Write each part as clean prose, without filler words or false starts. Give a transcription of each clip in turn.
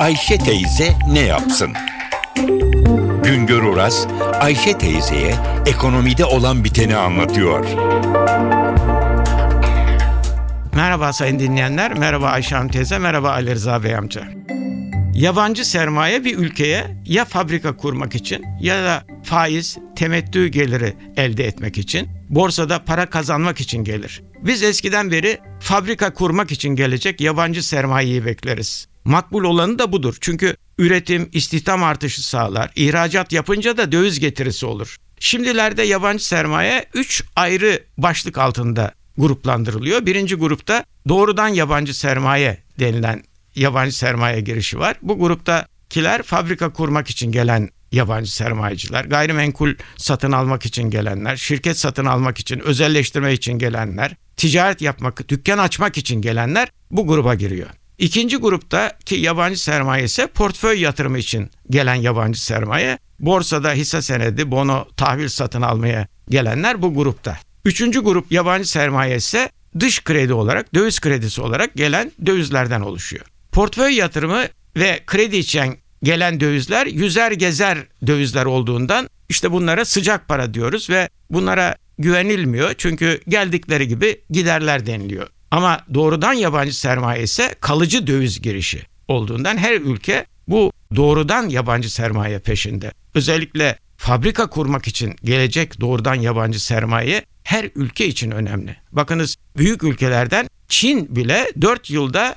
Ayşe teyze ne yapsın? Güngör Oras, Ayşe teyzeye ekonomide olan biteni anlatıyor. Merhaba sayın dinleyenler, merhaba Ayşe Hanım teyze, merhaba Ali Rıza Bey amca. Yabancı sermaye bir ülkeye ya fabrika kurmak için ya da faiz, temettü geliri elde etmek için, borsada para kazanmak için gelir. Biz eskiden beri fabrika kurmak için gelecek yabancı sermayeyi bekleriz. Makbul olanı da budur. Çünkü üretim, istihdam artışı sağlar. İhracat yapınca da döviz getirisi olur. Şimdilerde yabancı sermaye 3 ayrı başlık altında gruplandırılıyor. Birinci grupta doğrudan yabancı sermaye denilen yabancı sermaye girişi var. Bu gruptakiler fabrika kurmak için gelen yabancı sermayeciler, gayrimenkul satın almak için gelenler, şirket satın almak için, özelleştirme için gelenler, ticaret yapmak, dükkan açmak için gelenler bu gruba giriyor. İkinci gruptaki yabancı sermaye ise portföy yatırımı için gelen yabancı sermaye, borsada hisse senedi, bono, tahvil satın almaya gelenler bu grupta. Üçüncü grup yabancı sermaye ise dış kredi olarak, döviz kredisi olarak gelen dövizlerden oluşuyor. Portföy yatırımı ve kredi için gelen dövizler yüzer gezer dövizler olduğundan işte bunlara sıcak para diyoruz ve bunlara güvenilmiyor çünkü geldikleri gibi giderler deniliyor. Ama doğrudan yabancı sermaye ise kalıcı döviz girişi olduğundan her ülke bu doğrudan yabancı sermaye peşinde. Özellikle fabrika kurmak için gelecek doğrudan yabancı sermaye her ülke için önemli. Bakınız büyük ülkelerden Çin bile 4 yılda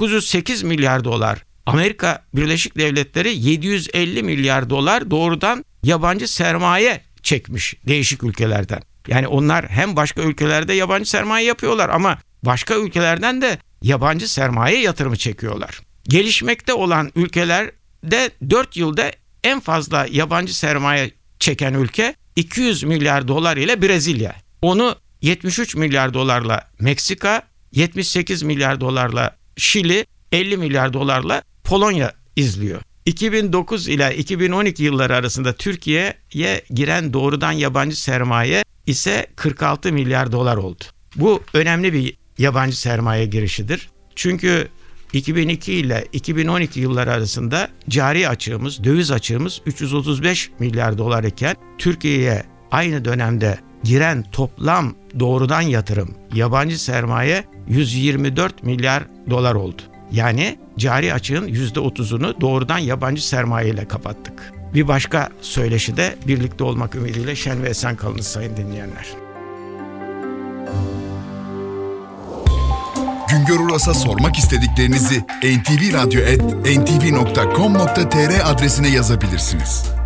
908 milyar dolar, Amerika Birleşik Devletleri 750 milyar dolar doğrudan yabancı sermaye çekmiş değişik ülkelerden. Yani onlar hem başka ülkelerde yabancı sermaye yapıyorlar ama başka ülkelerden de yabancı sermaye yatırımı çekiyorlar. Gelişmekte olan ülkelerde 4 yılda en fazla yabancı sermaye çeken ülke 200 milyar dolar ile Brezilya. Onu 73 milyar dolarla Meksika, 78 milyar dolarla Şili, 50 milyar dolarla Polonya izliyor. 2009 ile 2012 yılları arasında Türkiye'ye giren doğrudan yabancı sermaye ise 46 milyar dolar oldu. Bu önemli bir yabancı sermaye girişidir. Çünkü 2002 ile 2012 yılları arasında cari açığımız, döviz açığımız 335 milyar dolar iken Türkiye'ye aynı dönemde giren toplam doğrudan yatırım, yabancı sermaye 124 milyar dolar oldu. Yani cari açığın %30'unu doğrudan yabancı sermaye ile kapattık. Bir başka söyleşide birlikte olmak ümidiyle şen ve esen kalınız sayın dinleyenler. Güngör Oras'a sormak istediklerinizi ntvradyo@ntv.com.tr adresine yazabilirsiniz.